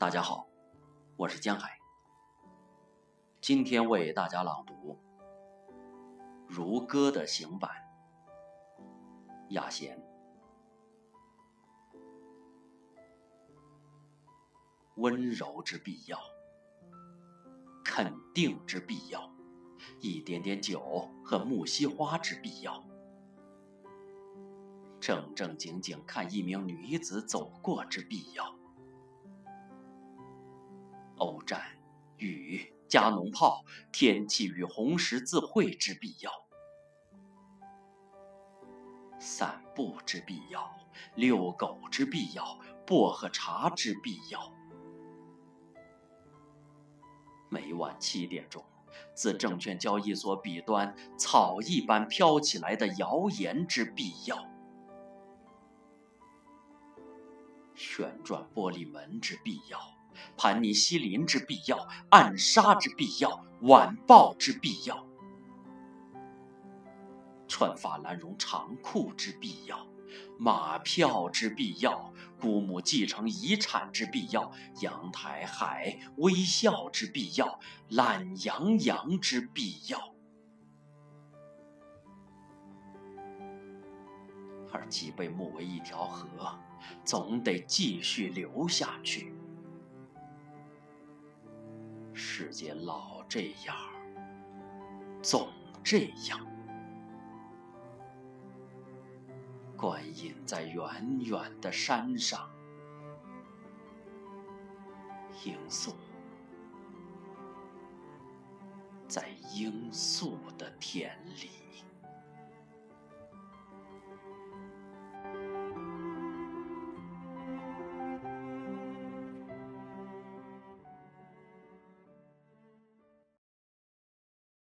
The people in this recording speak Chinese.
大家好，我是江海，今天为大家朗读《如歌的行板》，雅贤。温柔之必要，肯定之必要，一点点酒和木樨花之必要，正正经经看一名女子走过之必要，欧战、雨、加农炮、天气与红十字会之必要，散步之必要，遛狗之必要，薄荷茶之必要。每晚7点钟，自证券交易所彼端草一般飘起来的谣言之必要，旋转玻璃门之必要，盘尼西林之必要，暗杀之必要，晚报之必要，穿法兰绒长裤之必要，马票之必要，姑母继承遗产之必要，阳台海微笑之必要，懒洋洋之必要。而脊背木为一条河，总得继续流下去。世界老这样，总这样。观音在远远的山上，罂粟在罂粟的田里。